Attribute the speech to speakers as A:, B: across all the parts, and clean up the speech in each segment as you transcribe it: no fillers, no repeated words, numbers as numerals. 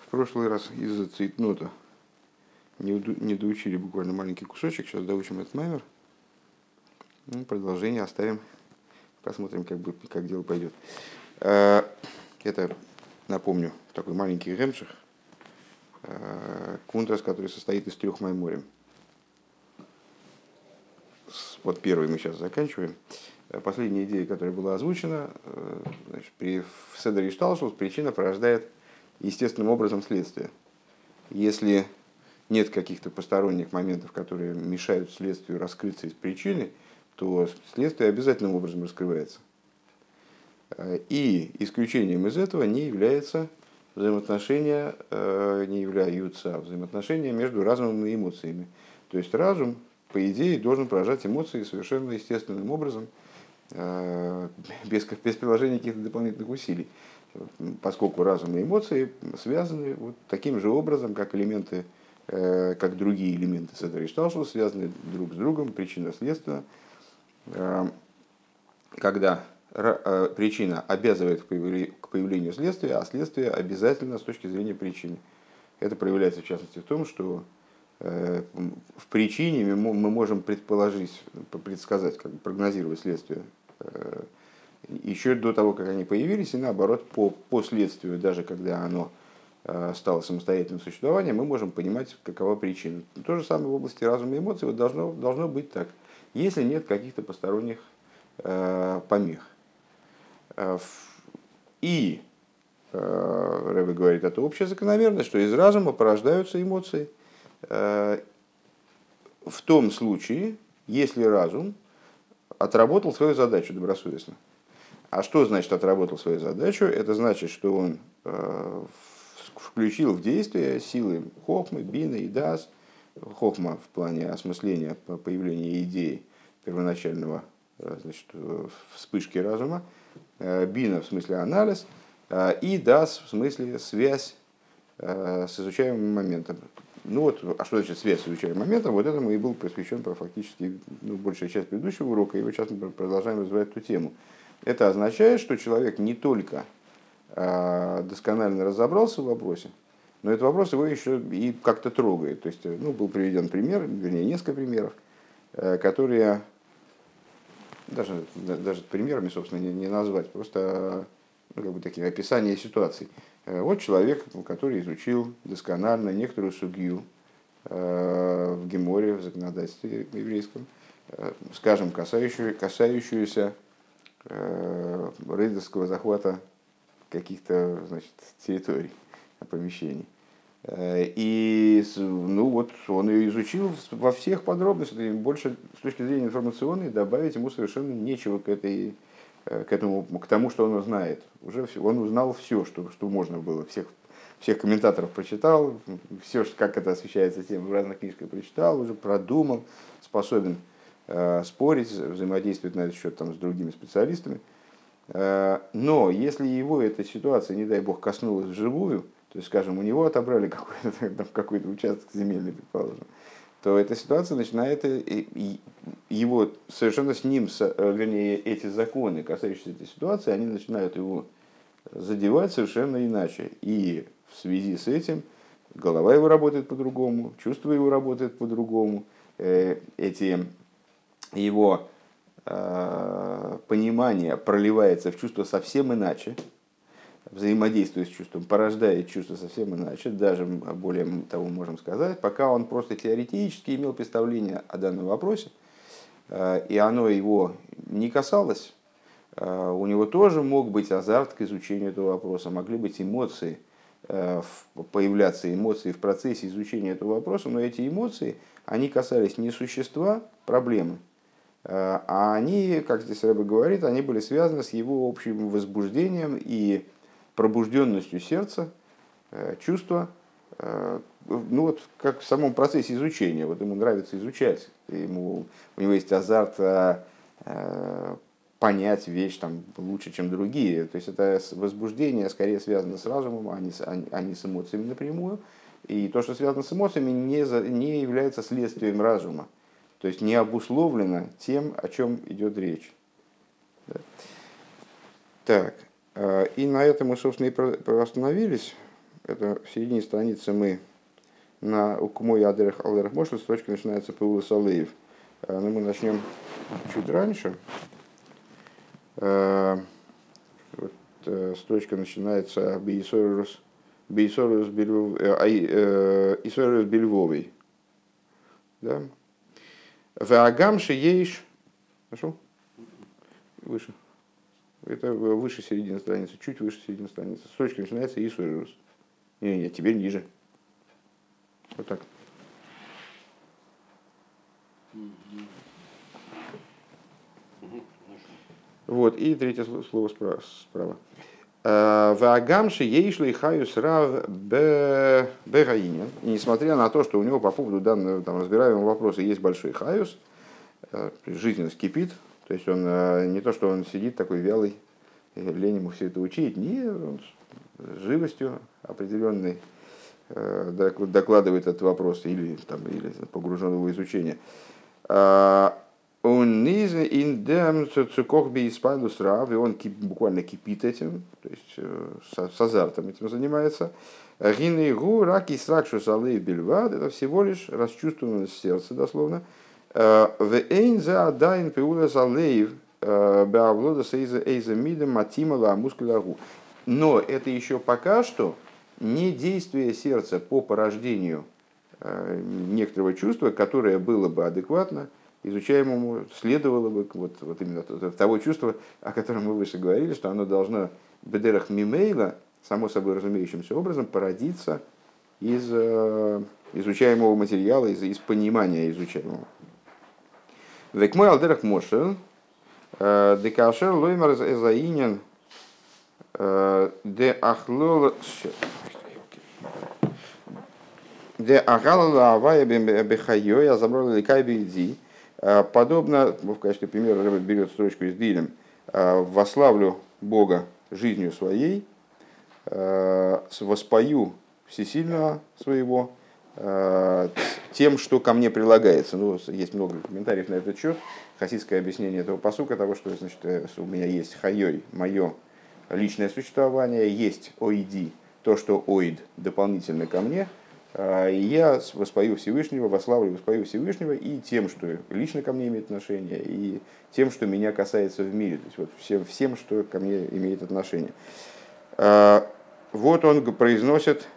A: В прошлый раз из-за цейтнота не доучили буквально маленький кусочек, сейчас доучим этот маймер. Продолжение оставим, посмотрим, как дело пойдет. Это, напомню, такой маленький гемших, кунтрас, который состоит из 3 майморим. Вот первый мы сейчас заканчиваем. Последняя идея, которая была озвучена, значит, в Седере Ишталшус причина порождает естественным образом следствие. Если нет каких-то посторонних моментов, которые мешают следствию раскрыться из причины, то следствие обязательным образом раскрывается. И исключением из этого не являются взаимоотношения между разумом и эмоциями. То есть разум, по идее, должен поражать эмоции совершенно естественным образом, без приложения каких-то дополнительных усилий, поскольку разум и эмоции связаны вот таким же образом, как другие элементы Седера Ишталшус связаны друг с другом, причинно-следственно. Когда причина обязывает к появлению следствия, а следствие обязательно с точки зрения причины. Это проявляется в частности в том, что в причине мы можем предсказать, прогнозировать следствие еще до того, как они появились, и наоборот, по следствию, даже когда оно стало самостоятельным существованием, мы можем понимать, какова причина. То же самое в области разума и эмоций должно быть так, если нет каких-то посторонних помех. И Ребе говорит, это общая закономерность, что из разума порождаются эмоции в том случае, если разум отработал свою задачу добросовестно. А что значит отработал свою задачу? Это значит, что он включил в действие силы хохмы, бина и дас. Хохма в плане осмысления появления идеи первоначального, значит, вспышки разума, бина в смысле анализ, и дас в смысле связь с изучаемым моментом. Ну вот, а что значит связь с изучаемым моментом? Вот этому и был посвящен фактически большая часть предыдущего урока, и вот сейчас мы продолжаем развивать эту тему. Это означает, что человек не только досконально разобрался в вопросе, но этот вопрос его еще и как-то трогает. То есть, был приведен пример, вернее, несколько примеров, которые даже примерами, собственно, не назвать, просто такие описания ситуаций. Вот человек, который изучил досконально некоторую сугью в Геморе, в законодательстве еврейском, скажем, касающуюся рейдерского захвата каких-то, значит, территорий, помещений. И он ее изучил во всех подробностях, и больше с точки зрения информационной добавить ему совершенно нечего к тому, что он знает. Уже он узнал все, что можно было, всех комментаторов прочитал, все, как это освещается тем в разных книжках прочитал, уже продумал, способен спорить, взаимодействовать на этот счет с другими специалистами. Но если его эта ситуация, не дай бог, коснулась вживую, то есть, скажем, у него отобрали какой-то участок земельный, предположим, то эта ситуация начинает его совершенно с ним, вернее, эти законы, касающиеся этой ситуации, они начинают его задевать совершенно иначе. И в связи с этим голова его работает по-другому, чувство его работает по-другому, его понимание проливается в чувство совсем иначе, взаимодействует с чувством, порождает чувство совсем иначе, даже более того можем сказать, пока он просто теоретически имел представление о данном вопросе, и оно его не касалось, у него тоже мог быть азарт к изучению этого вопроса, могли быть эмоции, появляться эмоции в процессе изучения этого вопроса, но эти эмоции, они касались не существа проблемы, а они, как здесь Ребе говорит, они были связаны с его общим возбуждением и пробужденностью сердца, чувства, как в самом процессе изучения. Вот ему нравится изучать, у него есть азарт понять вещь лучше, чем другие. То есть это возбуждение скорее связано с разумом, а не с эмоциями напрямую. И то, что связано с эмоциями, не является следствием разума. То есть не обусловлено тем, о чем идет речь. Да. Так, и на этом мы, собственно, и остановились. Это в середине страницы мы на Укмой Адерах Алерах Мошел, строчка начинается Паула Салеев. Но мы начнем чуть раньше. Вот, строчка начинается Бейсорус Бельвовой. Да? Ваагам шееш. Нашел? Выше. Это выше середины страницы, чуть выше середины страницы. Строчка начинается Исурус. Нет, теперь ниже. Вот так. Вот, и третье слово справа. Ваагамши ейшли хаюс рав бегаинин. И несмотря на то, что у него по поводу данного там, разбираемого вопроса есть большой хаюс, жизненность кипит, то есть он не то, что он сидит такой вялый, лень ему все это учить, не, он с живостью определенной докладывает этот вопрос или погружен в его изучение. Он индем цукохби испадус рав, и он буквально кипит этим, то есть с азартом этим занимается. Гинейгу раки сракшу салей бельвад, это всего лишь расчувствованность сердца, дословно. В эйнза адайн пиула салеев беавлода сейза эйза мидем матимала мускуляру. Но это еще пока что не действие сердца по порождению некоторого чувства, которое было бы адекватно изучаемому, следовало бы вот именно того чувства, о котором мы выше говорили, что оно должно бедерах мимейла, само собой разумеющимся образом, породиться из изучаемого материала, из понимания изучаемого. Векмой алдерах мошел, декашер лоймар эзаинен, де ахлол... Де ахалла авая бехайой, а забрала ликай бейди. Подобно, в качестве примера Рэбе берет строчку из Дилем, «Вославлю Бога жизнью своей, воспою всесильного своего тем, что ко мне прилагается». Ну, есть много комментариев на этот счет. Хасидское объяснение этого пасука, того, что значит, у меня есть хайой, мое личное существование, есть оиди, то, что оид дополнительно ко мне, и я воспою Всевышнего, воспою Всевышнего и тем, что лично ко мне имеет отношение, и тем, что меня касается в мире, то есть вот всем, что ко мне имеет отношение. Вот он произносит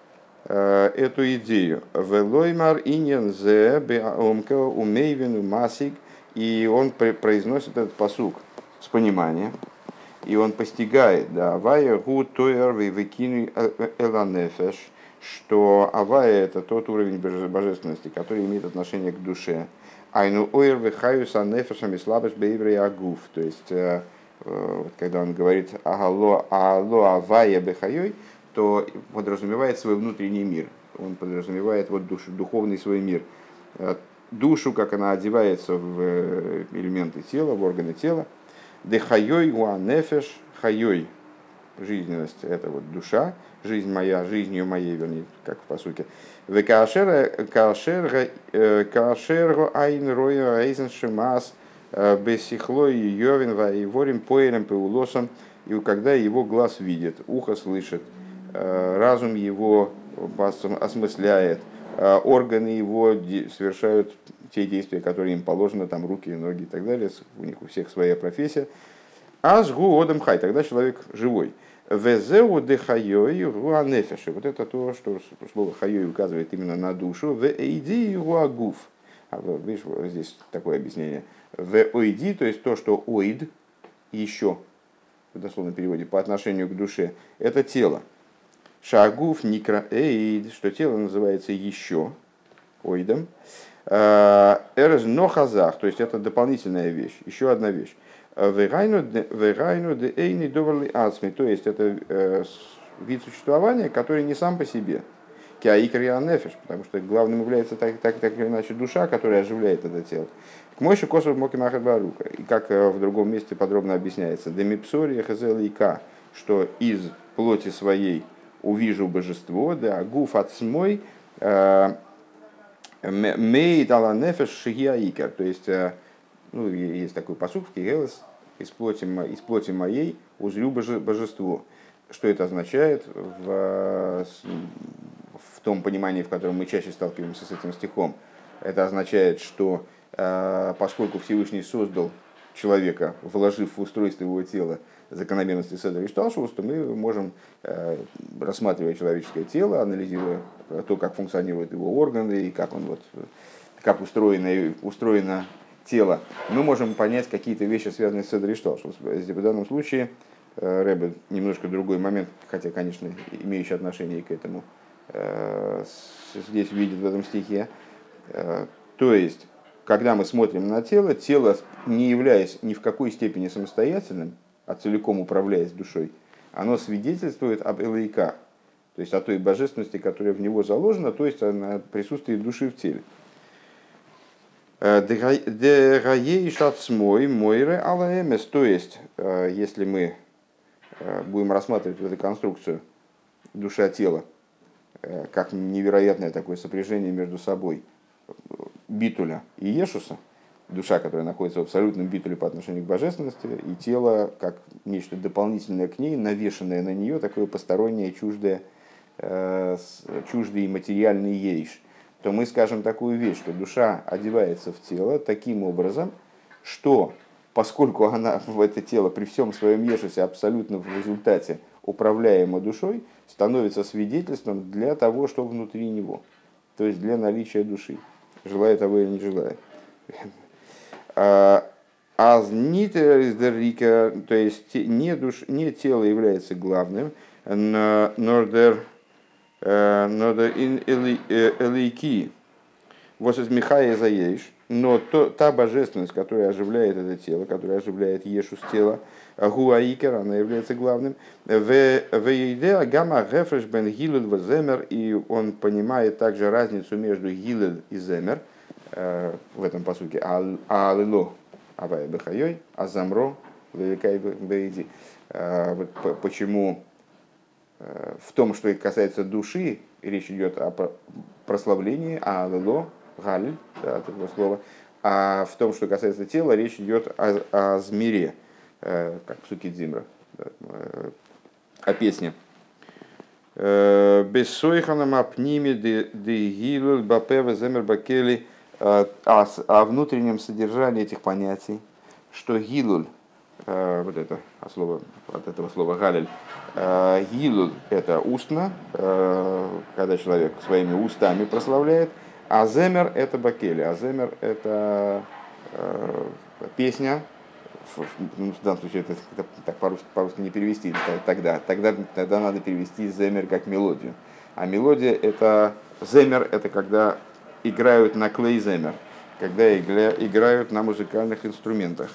A: эту идею. «Велоймар иньян зе беомка умейвину масиг», и он произносит этот пасук с пониманием, и он постигает, да, «Вая гу тоер вейвекину эланефеш», что авая — это тот уровень божественности, который имеет отношение к душе. Айну ойр вехаюс анефешами слабость бейврей агуф. То есть, когда он говорит «Аало авая бехайой», то подразумевает свой внутренний мир. Он подразумевает вот духовный свой мир. Душу, как она одевается в элементы тела, в органы тела. Дехайой уанефеш хайой. Жизненность — это вот душа, жизнь моя, жизнью моей, вернее, как в пасуке. Каашерго айн роя рейзен шимас бесихлой йовин ваиворим поэлем пеулосом. И когда его глаз видит, ухо слышит, разум его осмысляет, органы его совершают те действия, которые им положено, там руки, ноги и так далее, у них у всех своя профессия. Азгу одам хай, тогда человек живой. Везеу де хайой гуанефеши. Вот это то, что слово хайой указывает именно на душу. Вейди гуагуф. Видишь, здесь такое объяснение. Вейди, то есть то, что оид, еще, в дословном переводе, по отношению к душе, это тело. Шагуф никра эйд, что тело называется еще, оидом. Эрез нохазах, то есть это дополнительная вещь, еще одна вещь. Вегайну де эйни доварли ацми, то есть это вид существования, который не сам по себе. Киаикрия нефеш, потому что главным является так или иначе душа, которая оживляет это тело. К мойши косов моки махат барука. И как в другом месте подробно объясняется, демипсория хазелика, что из плоти своей увижу божество, да гуф ацмой мейд ала нефеш шигиаикер, то есть ну, есть такой пасук в Кигелес, из плоти моей узрю божество. что это означает в том понимании, в котором мы чаще сталкиваемся с этим стихом. Это означает, что поскольку Всевышний создал человека, вложив в устройство его тела закономерности Седер и Шталшус, то мы можем, рассматривая человеческое тело, анализируя то, как функционируют его органы и как устроено тело, мы можем понять какие-то вещи, связанные с Седер и Шталшус. В данном случае Ребе немножко другой момент, хотя, конечно, имеющий отношение к этому, здесь видит в этом стихе. То есть, когда мы смотрим на тело, тело, не являясь ни в какой степени самостоятельным, а целиком управляясь душой, оно свидетельствует об элейка, то есть о той божественности, которая в него заложена, то есть о присутствии души в теле. Дегаей шатсмой мойре алаэмес, то есть, если мы будем рассматривать эту конструкцию душа-тело как невероятное такое сопряжение между собой битуля и ешуса, душа, которая находится в абсолютном битуле по отношению к божественности, и тело как нечто дополнительное к ней, навешенное на нее, такое постороннее, чуждый материальный ейш, то мы скажем такую вещь, что душа одевается в тело таким образом, что поскольку она в это тело при всем своем ешусе абсолютно в результате управляема душой, становится свидетельством для того, что внутри него, то есть для наличия души, желая того или не желая. Азнитер, то есть не тело является главным, нордер элейки, вот из Михая заеш, но та божественность, которая оживляет это тело, которая оживляет ешус тела, гуаикер, она является главным. Вейдеа гамма гефреш бен гилель в земер, и он понимает также разницу между гилель и земер в этом посуке. Алило авай бехайой, азамро леликай бейди. Почему в том, что касается души, речь идет о прославлении, алило, галь, от этого слова, а в том, что касается тела, речь идет о змире, как псуки Дзимра, о песне. Бессойханам апними де гилуль бапева земер бакели, о внутреннем содержании этих понятий, что гилуль, вот это слово, от этого слова галель, гилуль это устно, когда человек своими устами прославляет, а земер это бакели, а земер это песня. В данном случае это так по-русски не перевести, тогда надо перевести земер как мелодию. А мелодия это земер, это когда играют на клейземер, когда играют на музыкальных инструментах.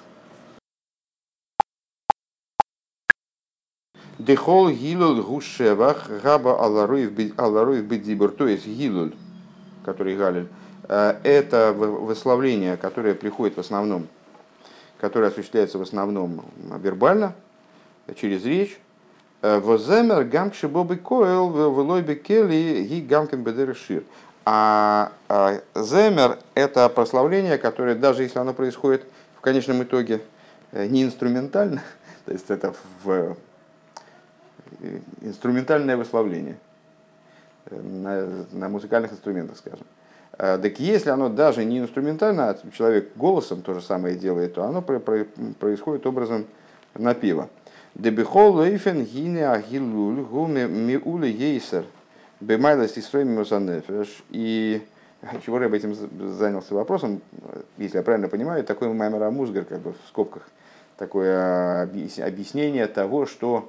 A: Дехол гилуль гушевах габа аларуев бедибур, то есть гилуль, который галиль, это восславление, которое приходит в основном, которое осуществляется в основном вербально, через речь. Воземер гамкши бобы коэл влойбе кели ги гамкен бедершир. А земер это прославление, которое, даже если оно происходит в конечном итоге не инструментально, то есть это инструментальное восславление на музыкальных инструментах, скажем. Так если оно даже не инструментально, а человек голосом то же самое делает, то оно происходит образом напева. Дебихол лейфен гине агилуль гуме миуле ейсер бемайлас исроим мусанефеш. И чего я этим занялся вопросом, если я правильно понимаю, такой маймер амузгар, как бы в скобках, такое объяснение того, что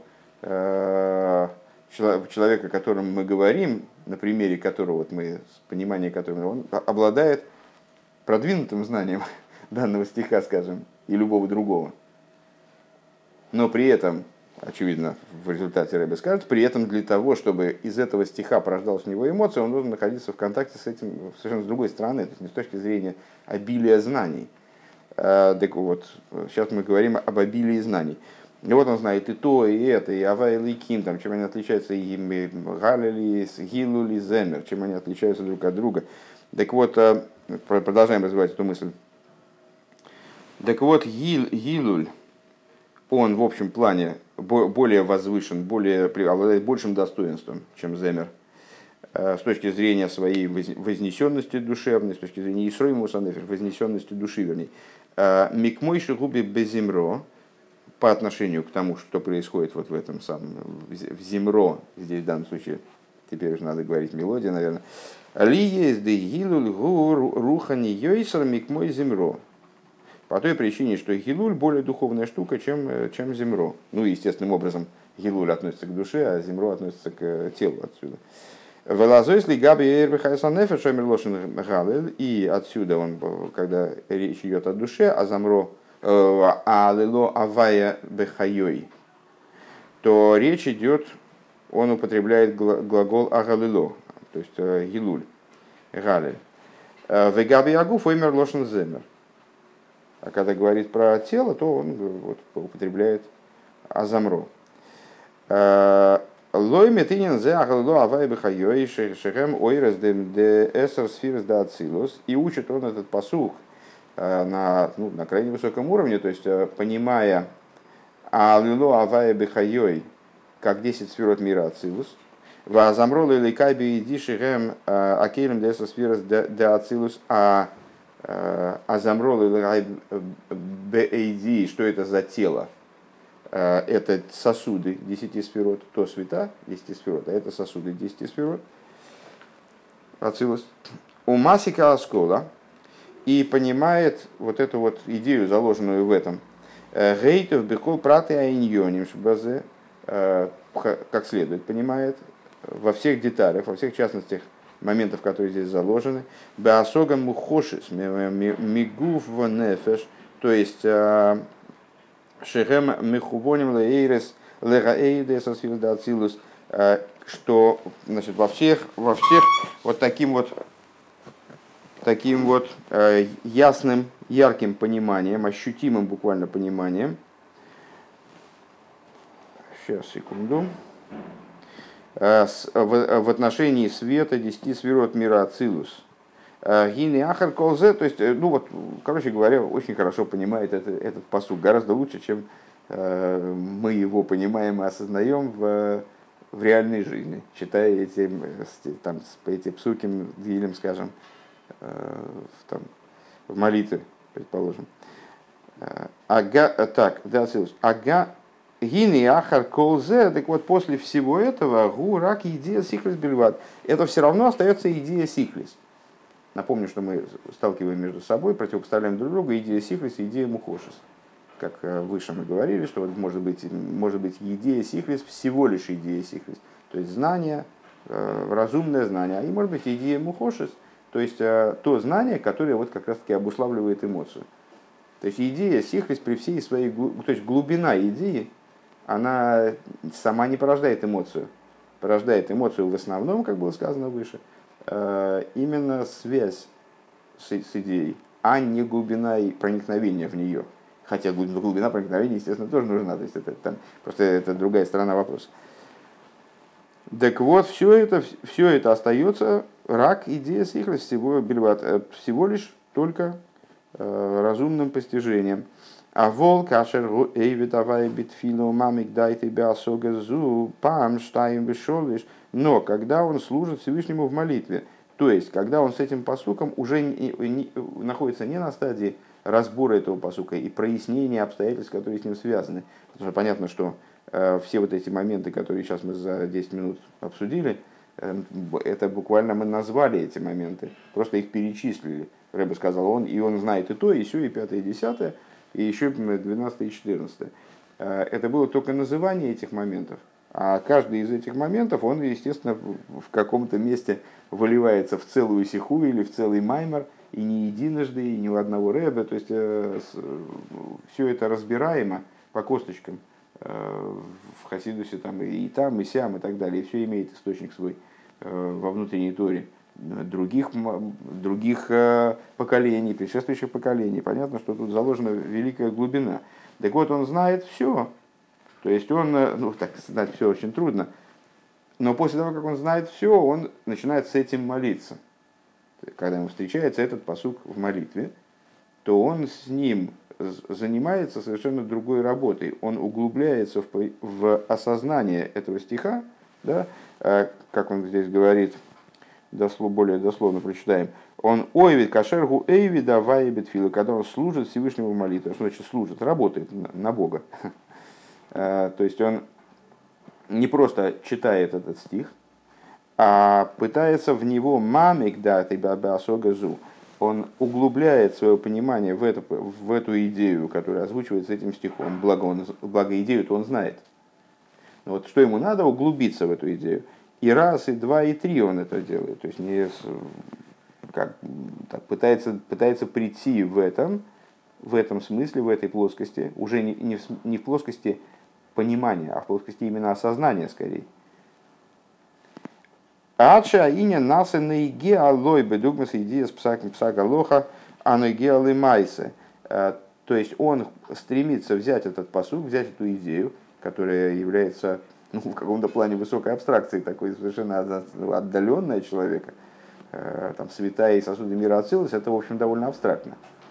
A: человек, о котором мы говорим, на примере которого мы, понимание которого он обладает продвинутым знанием данного стиха, скажем, и любого другого. Но при этом, очевидно, в результате Ребе скажет, при этом для того, чтобы из этого стиха порождалась у него эмоция, он должен находиться в контакте с этим совершенно с другой стороны, то есть не с точки зрения обилия знаний. Так вот, сейчас мы говорим об обилии знаний. И вот он знает и то, и это, и Авай, и Ким, там, чем они отличаются, и Галили, Гилули, Земер, чем они отличаются друг от друга. Так вот, продолжаем развивать эту мысль. Так вот, Гилуль, он в общем плане более возвышен, обладает большим достоинством, чем земер, с точки зрения своей вознесенности душевной, с точки зрения Исрой Мусанефер, вознесенности души, вернее. Микмой шигуби безимро, по отношению к тому, что происходит вот в этом самом, в зимро, здесь в данном случае, теперь уже надо говорить мелодия, наверное. Ли есть гилуль рухани йойсер микмой зимро. По той причине, что гилуль более духовная штука, чем зимро. Ну, естественным образом, гилуль относится к душе, а зимро относится к телу отсюда. И отсюда он, когда речь идет о душе, о замро, алило авая бехайой, то речь идет, он употребляет глагол агалило, то есть гилуль, галель. Вегаби агуф оймер лошен земер. А когда говорит про тело, то он вот, употребляет азамро. Лой метинин зе агалило авая бехайой шехем ойрес де эсер сфирс да ацилус. И учит он этот пасух на крайне высоком уровне, то есть понимая алило авая бехайой как 10 сферот мира ацилус, вазамро лейкайби иди шехем акелем де эсер сфирс да ацилус, азамро лейкайби бейди, что это за тело? Это сосуды 10 сферот, то света 10 сферот, а это сосуды 10 сферот. Ацилус. У масика аскола. И понимает вот эту вот идею, заложенную в этом. Гейтов бекол праты аиньоним шбазе, как следует, понимает во всех деталях, во всех частностях моментов, которые здесь заложены. Беасогам мухошис мигув вонефеш, то есть шехем михубоним леирес легаэйдес асфилдацилус, что, значит, во всех вот таким вот ясным, ярким пониманием, ощутимым буквально пониманием. Сейчас, секунду. В отношении света 10 сферот мира Ацилус. Гини ахар колзе, то есть, короче говоря, очень хорошо понимает этот пасук, гораздо лучше, чем мы его понимаем и осознаем в реальной жизни, читая эти псуки, дилем, скажем, в молитве, предположим. Гини ахар колзе, так вот, после всего этого, гурак идея сихлис бельват, это все равно остается идея сихлис. Напомню, что мы сталкиваем между собой, противопоставляем друг другу идея сихлис и идея мухошис. Как выше мы говорили, что вот может быть идея сихлис всего лишь идея сихлис, то есть знание, разумное знание, и может быть идея мухошис, то есть то знание, которое вот как раз таки обуславливает эмоцию. То есть идея сихлис при всей своей, то есть глубина идеи, она сама не порождает эмоцию. Порождает эмоцию в основном, как было сказано выше, именно связь с идеей, а не глубина проникновения в нее. Хотя глубина проникновения, естественно, тоже нужна. То есть просто это другая сторона вопроса. Так вот, все это остается рак, идея сихлис, всего лишь только разумным постижением. А волк ашер эйвитавай битфилу мамик дайте беасогазу пам штаим бешолиш. Но когда он служит Всевышнему в молитве, то есть когда он с этим пасуком уже находится не на стадии разбора этого пасука и прояснения обстоятельств, которые с ним связаны. Потому что понятно, что все вот эти моменты, которые сейчас мы за 10 минут обсудили, это буквально мы назвали эти моменты, просто их перечислили. Рэбе сказал, он знает и то, и сё, и 5, и 10, и еще 12 и 14. Это было только называние этих моментов. А каждый из этих моментов, он, естественно, в каком-то месте выливается в целую сиху или в целый маймер, и не единожды, и ни у одного рэбе. То есть все это разбираемо по косточкам в Хасидусе там, и сям, и так далее. И все имеет источник свой во внутренней Торе других поколений, предшествующих поколений. Понятно, что тут заложена великая глубина. Так вот, он знает все. То есть он, так знать все очень трудно, но после того, как он знает все, он начинает с этим молиться. Когда ему встречается этот пасук в молитве, то он с ним занимается совершенно другой работой. Он углубляется в осознание этого стиха, да, как он здесь говорит, более дословно прочитаем. Он ойвит кашергу эйви давай битфила, когда он служит Всевышнему молитву. Что значит служит? Работает на Бога. То есть он не просто читает этот стих, а пытается в него мамик дать и бабасогазу. Он углубляет свое понимание в эту идею, которая озвучивается этим стихом. Благо идею-то он знает. Но вот что ему надо? Углубиться в эту идею. И раз, и два, и три он это делает. То есть пытается прийти в этом смысле, в этой плоскости, уже не в плоскости понимания, а в плоскости именно осознания скорее. Ача иня наса наиге алой бедугмас идея с псака лоха, а наиге алой майсе. То есть он стремится взять этот пасук, взять эту идею, которая является в каком-то плане высокой абстракцией, такой совершенно отдаленная от человека, там, святая и сосуды мира Ацилус, это, в общем, довольно абстрактно.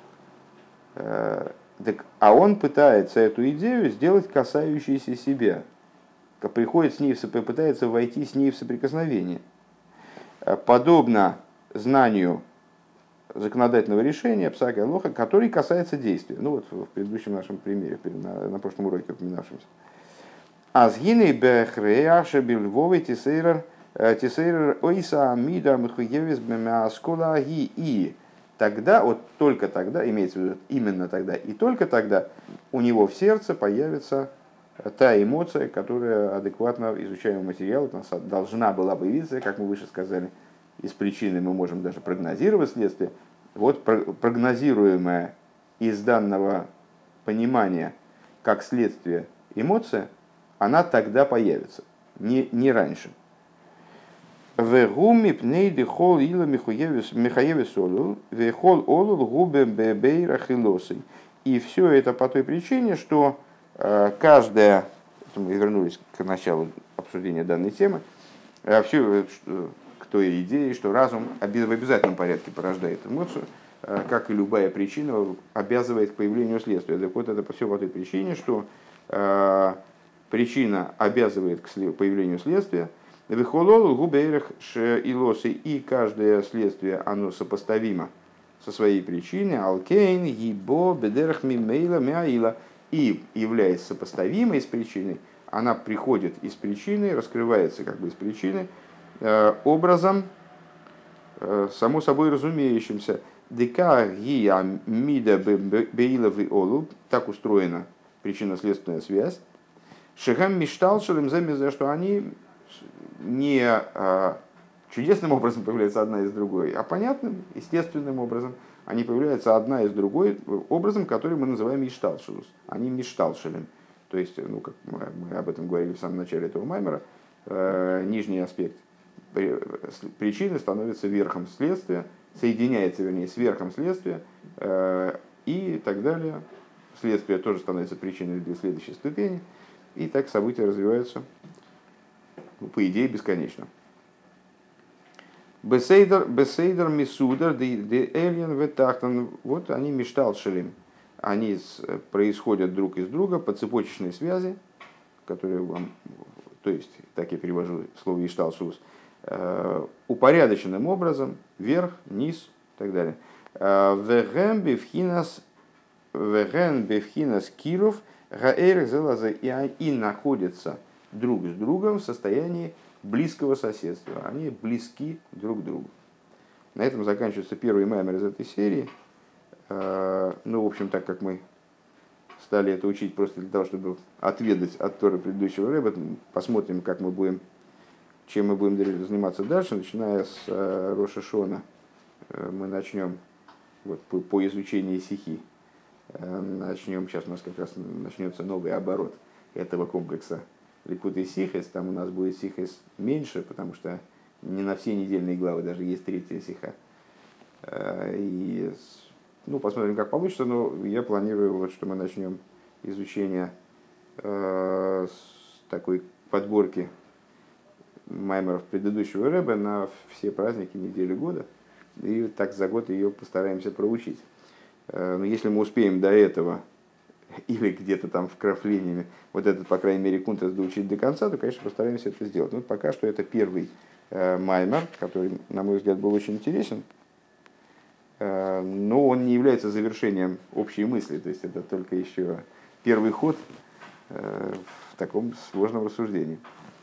A: А он пытается эту идею сделать касающейся себя, пытается войти с ней в соприкосновение. Подобно знанию законодательного решения Псака Алоха, который касается действия. Ну вот в предыдущем нашем примере, на прошлом уроке упоминавшемся. Азгины бехреяша бильвовый тисейрер ойса амида михуевис бемяскола и тогда, вот только тогда, имеется в виду именно тогда и только тогда, у него в сердце появится та эмоция, которая адекватно изучаемому материалу должна была появиться, как мы выше сказали, из причины мы можем даже прогнозировать следствие. Вот прогнозируемая из данного понимания как следствие эмоция, она тогда появится, не раньше. Вегуми пнейди хол ила михаевис олул, вехол олул губе бейра хилосой. И все это по той причине, что каждая, мы вернулись к началу обсуждения данной темы, все к той идее, что разум в обязательном порядке порождает эмоцию, как и любая причина обязывает к появлению следствия. Так вот, это все по той причине, что причина обязывает к появлению следствия. Вихолол губейрах илосы, и каждое следствие оно сопоставимо со своей причиной. Алкейн ебо бедерах мимейла мяила, и является сопоставимой с причиной. Она приходит из причины, раскрывается как бы из причины образом само собой разумеющимся. Дека гия мида бейла олу, так устроена причинно-следственная связь. Шехам миштал шелем за что они не чудесным образом появляются одна из другой, а понятным, естественным образом они появляются одна из другой образом, который мы называем мишталшелус. Они мишталшелем. То есть, ну, как мы об этом говорили в самом начале этого маймера, нижний аспект причины становится верхом следствия, соединяется, вернее, с верхом следствия и так далее. Следствие тоже становится причиной для следующей ступени. И так события развиваются, по идее, бесконечно. Бесейдер мисудер де эльен ветахтан. Вот они мишталшелим. Они происходят друг из друга по цепочечной связи, которые вам, то есть, так я перевожу слово ишталшус, упорядоченным образом, вверх, низ и так далее. Веген бевхинас киров гаэрх зелаза, и находятся друг с другом в состоянии близкого соседства. Они близки друг к другу. На этом заканчивается первый маймер из этой серии. Ну, в общем, так как мы стали это учить просто для того, чтобы отведать от Торы предыдущего рэба, посмотрим, чем мы будем заниматься дальше. Начиная с Роша Шона, мы начнем вот, по изучению сихи. Начнем, сейчас у нас как раз начнется новый оборот этого комплекса Ликут Сихес. Там у нас будет Сихес меньше, потому что не на все недельные главы даже есть третья сиха. И посмотрим, как получится, но я планирую, вот, что мы начнем изучение с такой подборки маймеров предыдущего рэба на все праздники недели года. И так за год ее постараемся проучить. Но если мы успеем до этого или где-то там вкраплениями вот этот, по крайней мере, кунтрас доучить до конца, то, конечно, постараемся это сделать. Но пока что это первый маймер, который, на мой взгляд, был очень интересен, но он не является завершением общей мысли, то есть это только еще первый ход в таком сложном рассуждении.